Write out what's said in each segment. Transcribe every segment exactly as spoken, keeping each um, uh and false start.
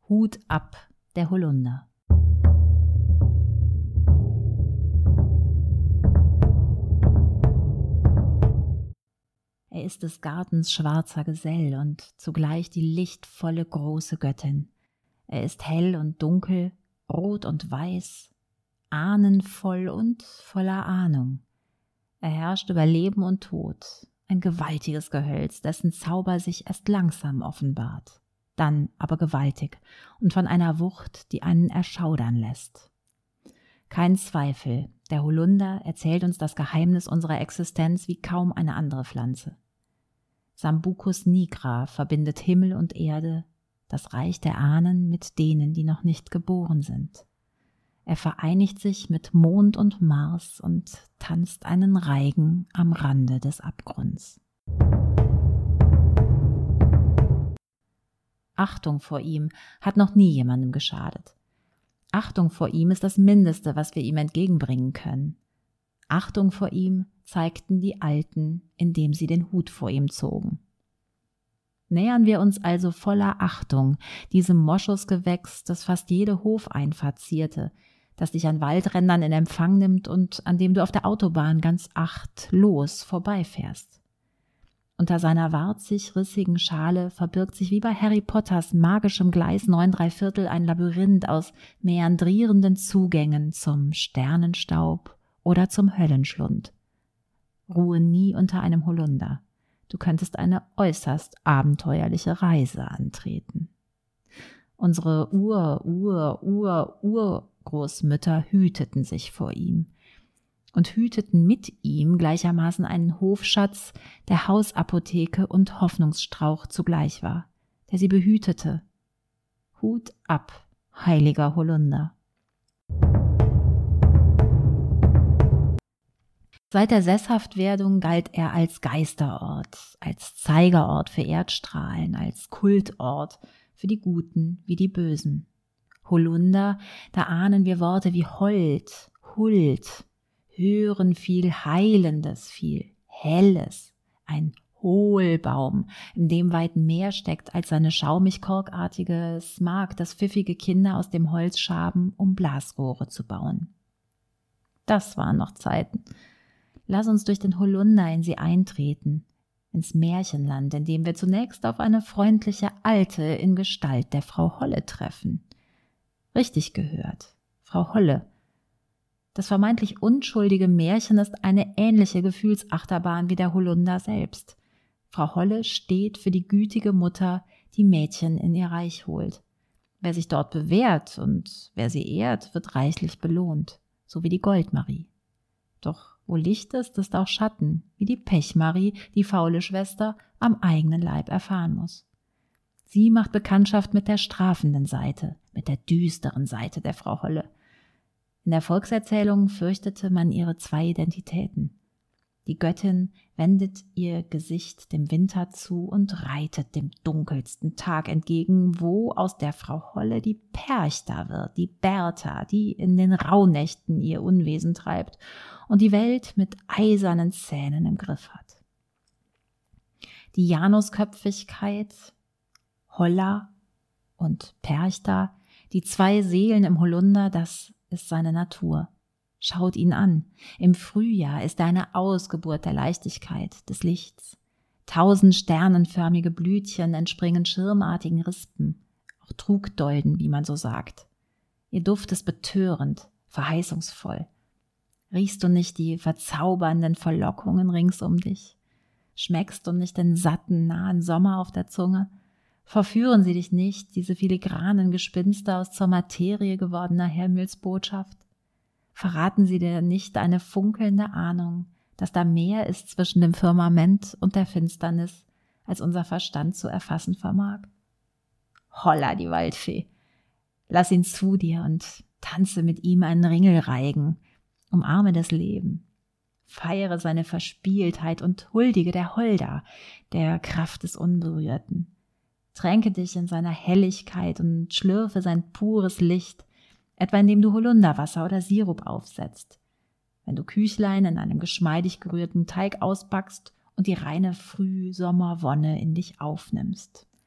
Hut ab, der Holunder. Er ist des Gartens schwarzer Gesell und zugleich die lichtvolle große Göttin. Er ist hell und dunkel, rot und weiß, ahnenvoll und voller Ahnung. Er herrscht über Leben und Tod, ein gewaltiges Gehölz, dessen Zauber sich erst langsam offenbart, dann aber gewaltig und von einer Wucht, die einen erschaudern lässt. Kein Zweifel, der Holunder erzählt uns das Geheimnis unserer Existenz wie kaum eine andere Pflanze. Sambucus nigra verbindet Himmel und Erde, das Reich der Ahnen mit denen, die noch nicht geboren sind. Er vereinigt sich mit Mond und Mars und tanzt einen Reigen am Rande des Abgrunds. Achtung vor ihm hat noch nie jemandem geschadet. Achtung vor ihm ist das Mindeste, was wir ihm entgegenbringen können. Achtung vor ihm zeigten die Alten, indem sie den Hut vor ihm zogen. Nähern wir uns also voller Achtung diesem Moschusgewächs, das fast jede Hofeinfahrt zierte, das dich an Waldrändern in Empfang nimmt und an dem du auf der Autobahn ganz achtlos vorbeifährst. Unter seiner warzig-rissigen Schale verbirgt sich wie bei Harry Potters magischem Gleis neun Dreiviertel ein Labyrinth aus meandrierenden Zugängen zum Sternenstaub oder zum Höllenschlund. Ruhe nie unter einem Holunder. Du könntest eine äußerst abenteuerliche Reise antreten. Unsere Ur, Ur, Ur, Urgroßmütter hüteten sich vor ihm und hüteten mit ihm gleichermaßen einen Hofschatz, der Hausapotheke und Hoffnungsstrauch zugleich war, der sie behütete. Hut ab, heiliger Holunder. Seit der Sesshaftwerdung galt er als Geisterort, als Zeigerort für Erdstrahlen, als Kultort für die Guten wie die Bösen. Holunder, da ahnen wir Worte wie Hold, Huld, hören viel Heilendes, viel Helles, ein Hohlbaum, in dem weit mehr steckt als seine schaumig-korkartige Smaragd, das pfiffige Kinder aus dem Holz schaben, um Blasrohre zu bauen. Das waren noch Zeiten. Lass uns durch den Holunder in sie eintreten, ins Märchenland, in dem wir zunächst auf eine freundliche Alte in Gestalt der Frau Holle treffen. Richtig gehört, Frau Holle. Das vermeintlich unschuldige Märchen ist eine ähnliche Gefühlsachterbahn wie der Holunder selbst. Frau Holle steht für die gütige Mutter, die Mädchen in ihr Reich holt. Wer sich dort bewährt und wer sie ehrt, wird reichlich belohnt, so wie die Goldmarie. Doch wo Licht ist, ist auch Schatten, wie die Pechmarie, die faule Schwester, am eigenen Leib erfahren muss. Sie macht Bekanntschaft mit der strafenden Seite, mit der düsteren Seite der Frau Holle. In der Volkserzählung fürchtete man ihre zwei Identitäten. Die Göttin wendet ihr Gesicht dem Winter zu und reitet dem dunkelsten Tag entgegen, wo aus der Frau Holle die Perchta wird, die Bertha, die in den Rauhnächten ihr Unwesen treibt und die Welt mit eisernen Zähnen im Griff hat. Die Janusköpfigkeit, Holla und Perchta, die zwei Seelen im Holunder, das ist seine Natur. Schaut ihn an. Im Frühjahr ist er eine Ausgeburt der Leichtigkeit, des Lichts. Tausend sternenförmige Blütchen entspringen schirmartigen Rispen, auch Trugdolden, wie man so sagt. Ihr Duft ist betörend, verheißungsvoll. Riechst du nicht die verzaubernden Verlockungen rings um dich? Schmeckst du nicht den satten, nahen Sommer auf der Zunge? Verführen sie dich nicht, diese filigranen Gespinste aus zur Materie gewordener Himmelsbotschaft? Verraten sie dir nicht eine funkelnde Ahnung, dass da mehr ist zwischen dem Firmament und der Finsternis, als unser Verstand zu erfassen vermag? Holla, die Waldfee! Lass ihn zu dir und tanze mit ihm einen Ringelreigen, umarme das Leben, feiere seine Verspieltheit und huldige der Holda, der Kraft des Unberührten. Tränke dich in seiner Helligkeit und schlürfe sein pures Licht, etwa indem du Holunderwasser oder Sirup aufsetzt, wenn du Küchlein in einem geschmeidig gerührten Teig ausbackst und die reine Frühsommerwonne in dich aufnimmst.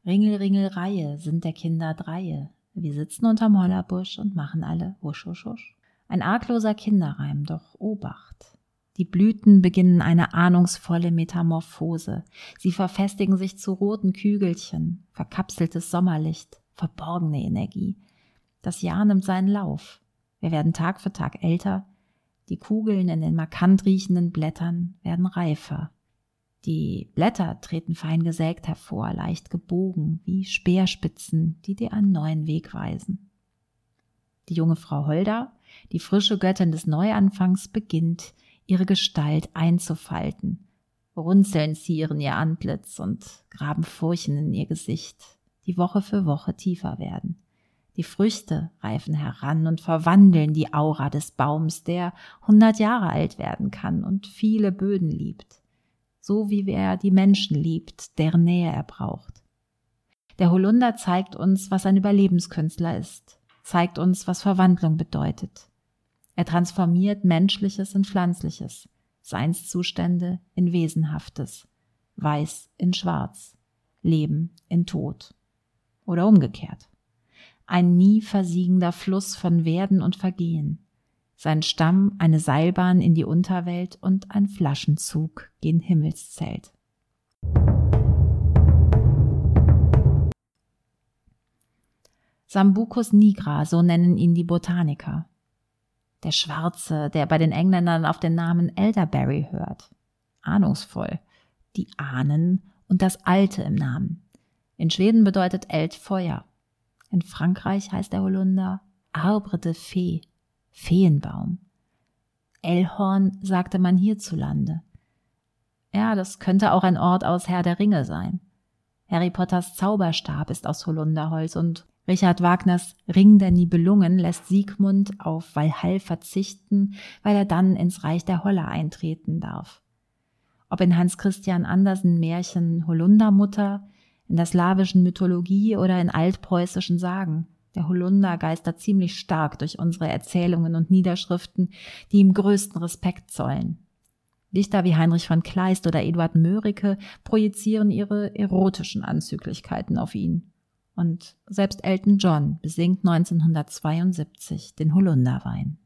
Ringel, Ringel, Reihe sind der Kinder Dreie. Wir sitzen unterm Hollerbusch und machen alle husch, husch, husch. Ein argloser Kinderreim, doch Obacht. Die Blüten beginnen eine ahnungsvolle Metamorphose. Sie verfestigen sich zu roten Kügelchen, verkapseltes Sommerlicht, verborgene Energie. Das Jahr nimmt seinen Lauf. Wir werden Tag für Tag älter. Die Kugeln in den markant riechenden Blättern werden reifer. Die Blätter treten fein gesägt hervor, leicht gebogen, wie Speerspitzen, die dir einen neuen Weg weisen. Die junge Frau Holda, die frische Göttin des Neuanfangs, beginnt, ihre Gestalt einzufalten. Runzeln zieren ihr Antlitz und graben Furchen in ihr Gesicht, die Woche für Woche tiefer werden. Die Früchte reifen heran und verwandeln die Aura des Baums, der hundert Jahre alt werden kann und viele Böden liebt. So wie er die Menschen liebt, deren Nähe er braucht. Der Holunder zeigt uns, was ein Überlebenskünstler ist, zeigt uns, was Verwandlung bedeutet. Er transformiert Menschliches in Pflanzliches, Seinszustände in Wesenhaftes, Weiß in Schwarz, Leben in Tod. Oder umgekehrt. Ein nie versiegender Fluss von Werden und Vergehen. Sein Stamm eine Seilbahn in die Unterwelt und ein Flaschenzug gen Himmelszelt. Sambucus nigra, so nennen ihn die Botaniker. Der Schwarze, der bei den Engländern auf den Namen Elderberry hört. Ahnungsvoll. Die Ahnen und das Alte im Namen. In Schweden bedeutet Eld Feuer. In Frankreich heißt der Holunder Arbre de Fee, Feenbaum. Elhorn sagte man hierzulande. Ja, das könnte auch ein Ort aus Herr der Ringe sein. Harry Potters Zauberstab ist aus Holunderholz und Richard Wagners Ring der Nibelungen lässt Siegmund auf Walhall verzichten, weil er dann ins Reich der Holler eintreten darf. Ob in Hans Christian Andersen Märchen Holundermutter, in der slawischen Mythologie oder in altpreußischen Sagen. Der Holunder geistert ziemlich stark durch unsere Erzählungen und Niederschriften, die ihm größten Respekt zollen. Dichter wie Heinrich von Kleist oder Eduard Mörike projizieren ihre erotischen Anzüglichkeiten auf ihn. Und selbst Elton John besingt neunzehnhundertzweiundsiebzig den Holunderwein.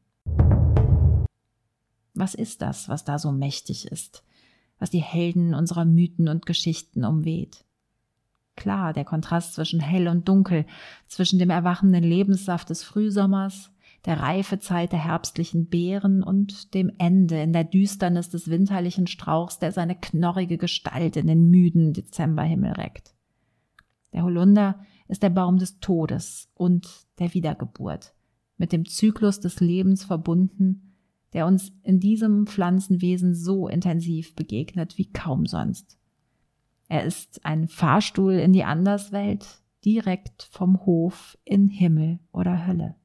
Was ist das, was da so mächtig ist, was die Helden unserer Mythen und Geschichten umweht? Klar, der Kontrast zwischen hell und dunkel, zwischen dem erwachenden Lebenssaft des Frühsommers, der Reifezeit der herbstlichen Beeren und dem Ende in der Düsternis des winterlichen Strauchs, der seine knorrige Gestalt in den müden Dezemberhimmel reckt. Der Holunder ist der Baum des Todes und der Wiedergeburt, mit dem Zyklus des Lebens verbunden, der uns in diesem Pflanzenwesen so intensiv begegnet wie kaum sonst. Er ist ein Fahrstuhl in die Anderswelt, direkt vom Hof in Himmel oder Hölle.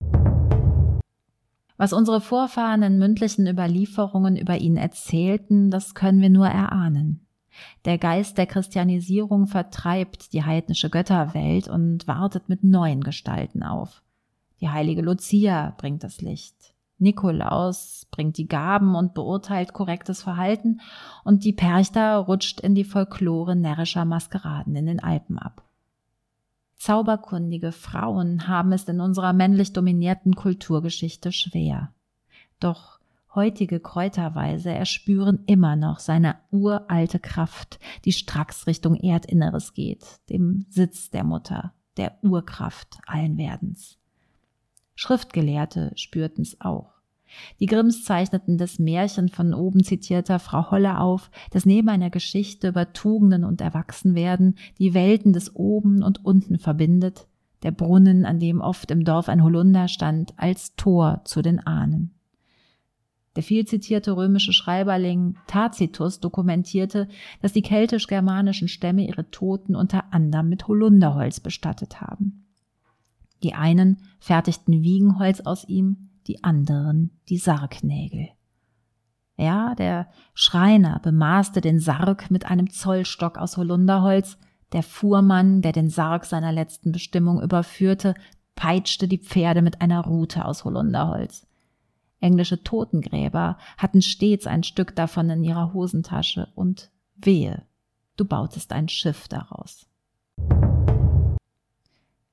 Was unsere Vorfahren in mündlichen Überlieferungen über ihn erzählten, das können wir nur erahnen. Der Geist der Christianisierung vertreibt die heidnische Götterwelt und wartet mit neuen Gestalten auf. Die heilige Lucia bringt das Licht. Nikolaus bringt die Gaben und beurteilt korrektes Verhalten und die Perchta rutscht in die Folklore närrischer Maskeraden in den Alpen ab. Zauberkundige Frauen haben es in unserer männlich dominierten Kulturgeschichte schwer. Doch heutige Kräuterweise erspüren immer noch seine uralte Kraft, die stracks Richtung Erdinneres geht, dem Sitz der Mutter, der Urkraft allen Werdens. Schriftgelehrte spürten's auch. Die Grimms zeichneten das Märchen von oben zitierter Frau Holle auf, das neben einer Geschichte über Tugenden und Erwachsenwerden die Welten des Oben und Unten verbindet, der Brunnen, an dem oft im Dorf ein Holunder stand, als Tor zu den Ahnen. Der viel zitierte römische Schreiberling Tacitus dokumentierte, dass die keltisch-germanischen Stämme ihre Toten unter anderem mit Holunderholz bestattet haben. Die einen fertigten Wiegenholz aus ihm, die anderen die Sargnägel. Ja, der Schreiner bemaßte den Sarg mit einem Zollstock aus Holunderholz, der Fuhrmann, der den Sarg seiner letzten Bestimmung überführte, peitschte die Pferde mit einer Rute aus Holunderholz. Englische Totengräber hatten stets ein Stück davon in ihrer Hosentasche und wehe, du bautest ein Schiff daraus.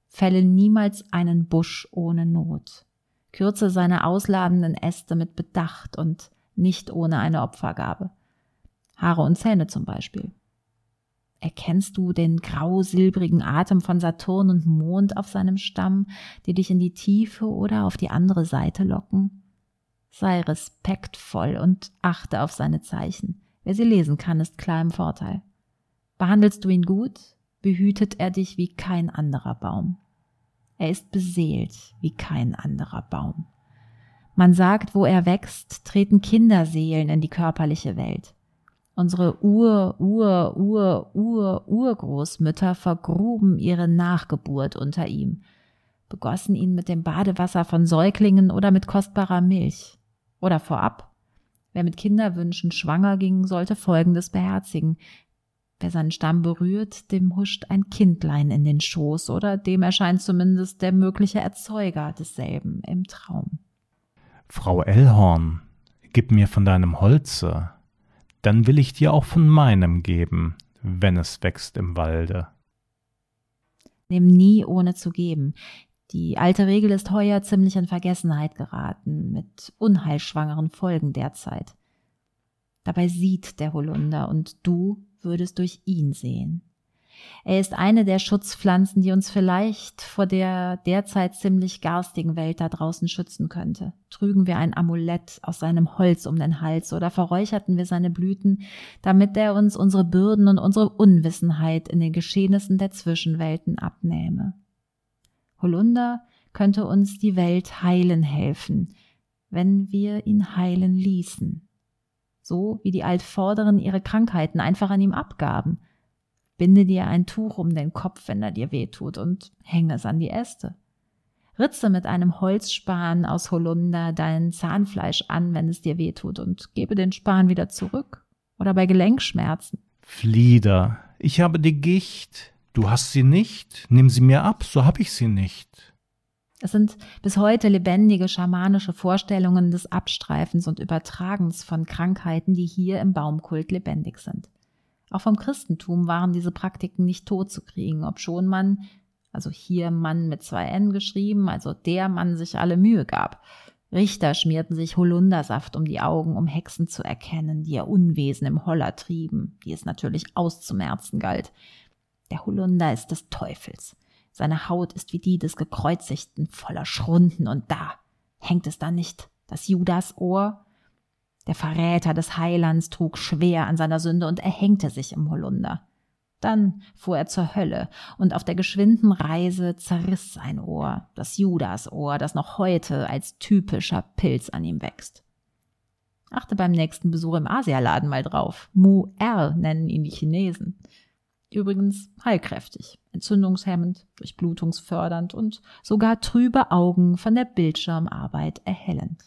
Fälle niemals einen Busch ohne Not. Kürze seine ausladenden Äste mit Bedacht und nicht ohne eine Opfergabe. Haare und Zähne zum Beispiel. Erkennst du den grau-silbrigen Atem von Saturn und Mond auf seinem Stamm, die dich in die Tiefe oder auf die andere Seite locken? Sei respektvoll und achte auf seine Zeichen. Wer sie lesen kann, ist klar im Vorteil. Behandelst du ihn gut, behütet er dich wie kein anderer Baum. Er ist beseelt wie kein anderer Baum. Man sagt, wo er wächst, treten Kinderseelen in die körperliche Welt. Unsere Ur, Ur, Ur, Ur, Urgroßmütter vergruben ihre Nachgeburt unter ihm, begossen ihn mit dem Badewasser von Säuglingen oder mit kostbarer Milch. Oder vorab, wer mit Kinderwünschen schwanger ging, sollte Folgendes beherzigen: Wer seinen Stamm berührt, dem huscht ein Kindlein in den Schoß oder dem erscheint zumindest der mögliche Erzeuger desselben im Traum. Frau Ellhorn, gib mir von deinem Holze, dann will ich dir auch von meinem geben, wenn es wächst im Walde. Nimm nie ohne zu geben. Die alte Regel ist heuer ziemlich in Vergessenheit geraten, mit unheilschwangeren Folgen derzeit. Dabei sieht der Holunder und du würdest durch ihn sehen. Er ist eine der Schutzpflanzen, die uns vielleicht vor der derzeit ziemlich garstigen Welt da draußen schützen könnte. Trügen wir ein Amulett aus seinem Holz um den Hals oder verräucherten wir seine Blüten, damit er uns unsere Bürden und unsere Unwissenheit in den Geschehnissen der Zwischenwelten abnähme. Holunder könnte uns die Welt heilen helfen, wenn wir ihn heilen ließen. So wie die Altvorderen ihre Krankheiten einfach an ihm abgaben. Binde dir ein Tuch um den Kopf, wenn er dir wehtut, und hänge es an die Äste. Ritze mit einem Holzspan aus Holunder dein Zahnfleisch an, wenn es dir wehtut, und gebe den Span wieder zurück. Oder bei Gelenkschmerzen. Flieder, ich habe die Gicht. Du hast sie nicht. Nimm sie mir ab, so hab ich sie nicht. Es sind bis heute lebendige schamanische Vorstellungen des Abstreifens und Übertragens von Krankheiten, die hier im Baumkult lebendig sind. Auch vom Christentum waren diese Praktiken nicht totzukriegen, obschon man, also hier Mann mit zwei N geschrieben, also der Mann sich alle Mühe gab. Richter schmierten sich Holundersaft um die Augen, um Hexen zu erkennen, die ihr Unwesen im Holler trieben, die es natürlich auszumerzen galt. Der Holunder ist des Teufels. Seine Haut ist wie die des Gekreuzigten, voller Schrunden, und da hängt es dann nicht, das Judasohr? Der Verräter des Heilands trug schwer an seiner Sünde und erhängte sich im Holunder. Dann fuhr er zur Hölle, und auf der geschwinden Reise zerriss sein Ohr, das Judasohr, das noch heute als typischer Pilz an ihm wächst. Achte beim nächsten Besuch im Asialaden mal drauf. Mu-Er nennen ihn die Chinesen. Übrigens heilkräftig, entzündungshemmend, durchblutungsfördernd und sogar trübe Augen von der Bildschirmarbeit erhellend.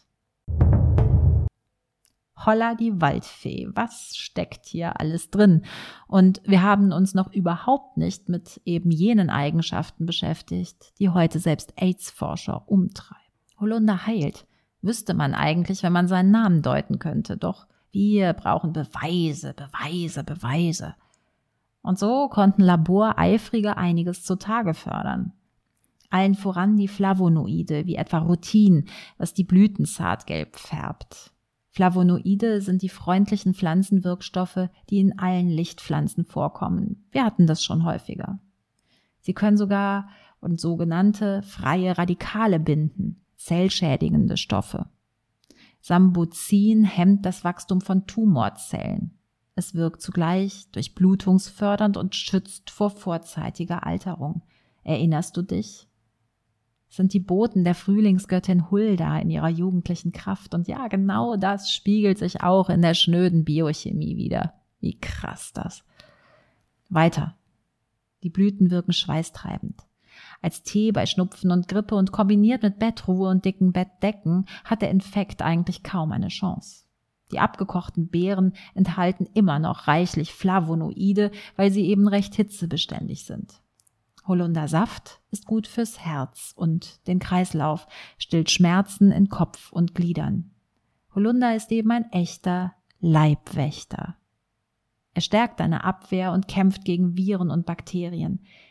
Holla die Waldfee, was steckt hier alles drin? Und wir haben uns noch überhaupt nicht mit eben jenen Eigenschaften beschäftigt, die heute selbst AIDS-Forscher umtreiben. Holunder heilt, wüsste man eigentlich, wenn man seinen Namen deuten könnte. Doch wir brauchen Beweise, Beweise, Beweise. Und so konnten Laboreifrige einiges zutage fördern. Allen voran die Flavonoide, wie etwa Rutin, was die Blüten zartgelb färbt. Flavonoide sind die freundlichen Pflanzenwirkstoffe, die in allen Lichtpflanzen vorkommen. Wir hatten das schon häufiger. Sie können sogar und sogenannte freie Radikale binden, zellschädigende Stoffe. Sambuzin hemmt das Wachstum von Tumorzellen. Es wirkt zugleich durchblutungsfördernd und schützt vor vorzeitiger Alterung. Erinnerst du dich? Sind die Boten der Frühlingsgöttin Hulda in ihrer jugendlichen Kraft. Und ja, genau das spiegelt sich auch in der schnöden Biochemie wider. Wie krass das. Weiter. Die Blüten wirken schweißtreibend. Als Tee bei Schnupfen und Grippe und kombiniert mit Bettruhe und dicken Bettdecken hat der Infekt eigentlich kaum eine Chance. Die abgekochten Beeren enthalten immer noch reichlich Flavonoide, weil sie eben recht hitzebeständig sind. Holundersaft ist gut fürs Herz und den Kreislauf, stillt Schmerzen in Kopf und Gliedern. Holunder ist eben ein echter Leibwächter. Er stärkt deine Abwehr und kämpft gegen Viren und Bakterien.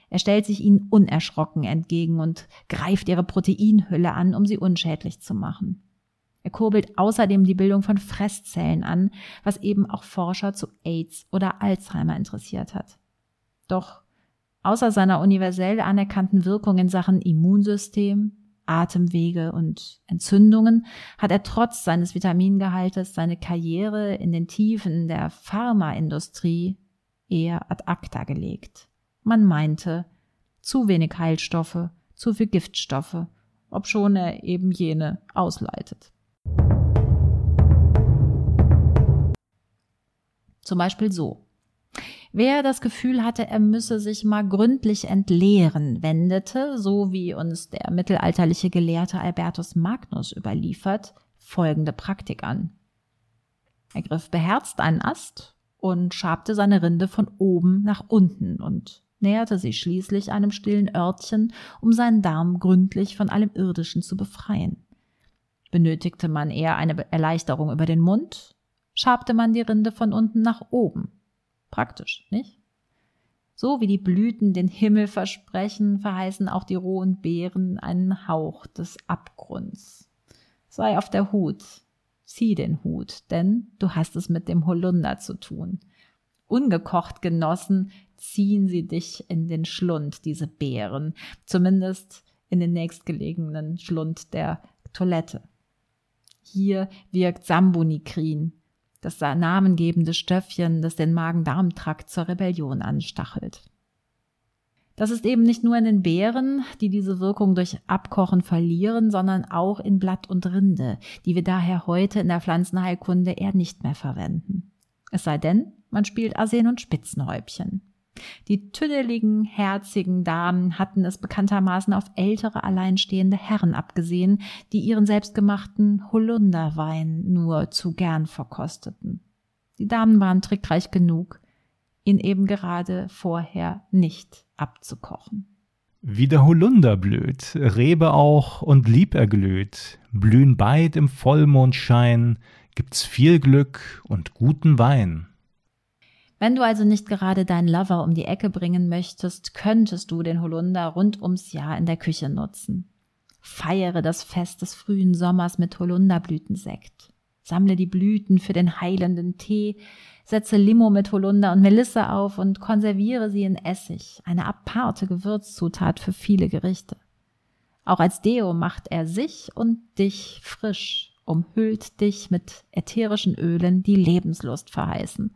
Er stellt sich ihnen unerschrocken entgegen und greift ihre Proteinhülle an, um sie unschädlich zu machen. Er kurbelt außerdem die Bildung von Fresszellen an, was eben auch Forscher zu AIDS oder Alzheimer interessiert hat. Doch außer seiner universell anerkannten Wirkung in Sachen Immunsystem, Atemwege und Entzündungen hat er trotz seines Vitamingehaltes seine Karriere in den Tiefen der Pharmaindustrie eher ad acta gelegt. Man meinte, zu wenig Heilstoffe, zu viel Giftstoffe, obschon er eben jene ausleitet. Zum Beispiel so. Wer das Gefühl hatte, er müsse sich mal gründlich entleeren, wendete, so wie uns der mittelalterliche Gelehrte Albertus Magnus überliefert, folgende Praktik an. Er griff beherzt einen Ast und schabte seine Rinde von oben nach unten und näherte sich schließlich einem stillen Örtchen, um seinen Darm gründlich von allem Irdischen zu befreien. Benötigte man eher eine Erleichterung über den Mund, schabte man die Rinde von unten nach oben. Praktisch, nicht? So wie die Blüten den Himmel versprechen, verheißen auch die rohen Beeren einen Hauch des Abgrunds. Sei auf der Hut, zieh den Hut, denn du hast es mit dem Holunder zu tun. Ungekocht genossen, ziehen sie dich in den Schlund, diese Beeren, zumindest in den nächstgelegenen Schlund der Toilette. Hier wirkt Sambunikrin, das namengebende Stöffchen, das den Magen-Darm-Trakt zur Rebellion anstachelt. Das ist eben nicht nur in den Beeren, die diese Wirkung durch Abkochen verlieren, sondern auch in Blatt und Rinde, die wir daher heute in der Pflanzenheilkunde eher nicht mehr verwenden. Es sei denn, man spielt Arsen und Spitzenhäubchen. Die tüdeligen, herzigen Damen hatten es bekanntermaßen auf ältere, alleinstehende Herren abgesehen, die ihren selbstgemachten Holunderwein nur zu gern verkosteten. Die Damen waren trickreich genug, ihn eben gerade vorher nicht abzukochen. Wie der Holunder blüht, Rebe auch und lieb erglüht, blühen beid im Vollmondschein, gibt's viel Glück und guten Wein. Wenn du also nicht gerade deinen Lover um die Ecke bringen möchtest, könntest du den Holunder rund ums Jahr in der Küche nutzen. Feiere das Fest des frühen Sommers mit Holunderblütensekt. Sammle die Blüten für den heilenden Tee, setze Limo mit Holunder und Melisse auf und konserviere sie in Essig, eine aparte Gewürzzutat für viele Gerichte. Auch als Deo macht er sich und dich frisch, umhüllt dich mit ätherischen Ölen, die Lebenslust verheißen.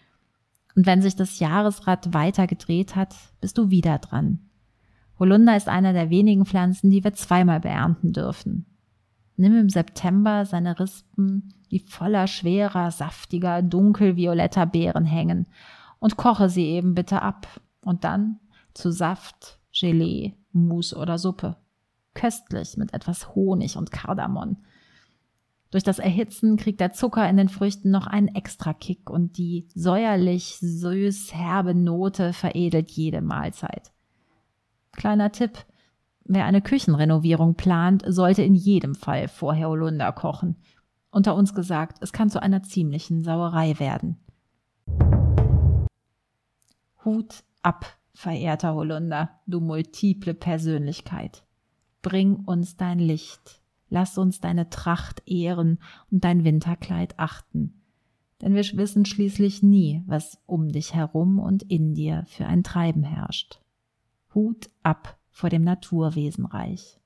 Und wenn sich das Jahresrad weiter gedreht hat, bist du wieder dran. Holunder ist einer der wenigen Pflanzen, die wir zweimal beernten dürfen. Nimm im September seine Rispen, die voller schwerer, saftiger, dunkelvioletter Beeren hängen, und koche sie eben bitte ab und dann zu Saft, Gelee, Mousse oder Suppe. Köstlich mit etwas Honig und Kardamom. Durch das Erhitzen kriegt der Zucker in den Früchten noch einen Extra-Kick und die säuerlich süß-herbe Note veredelt jede Mahlzeit. Kleiner Tipp: Wer eine Küchenrenovierung plant, sollte in jedem Fall vorher Holunder kochen. Unter uns gesagt, es kann zu einer ziemlichen Sauerei werden. Hut ab, verehrter Holunder, du multiple Persönlichkeit. Bring uns dein Licht. Lass uns deine Tracht ehren und dein Winterkleid achten. Denn wir wissen schließlich nie, was um dich herum und in dir für ein Treiben herrscht. Hut ab vor dem Naturwesenreich.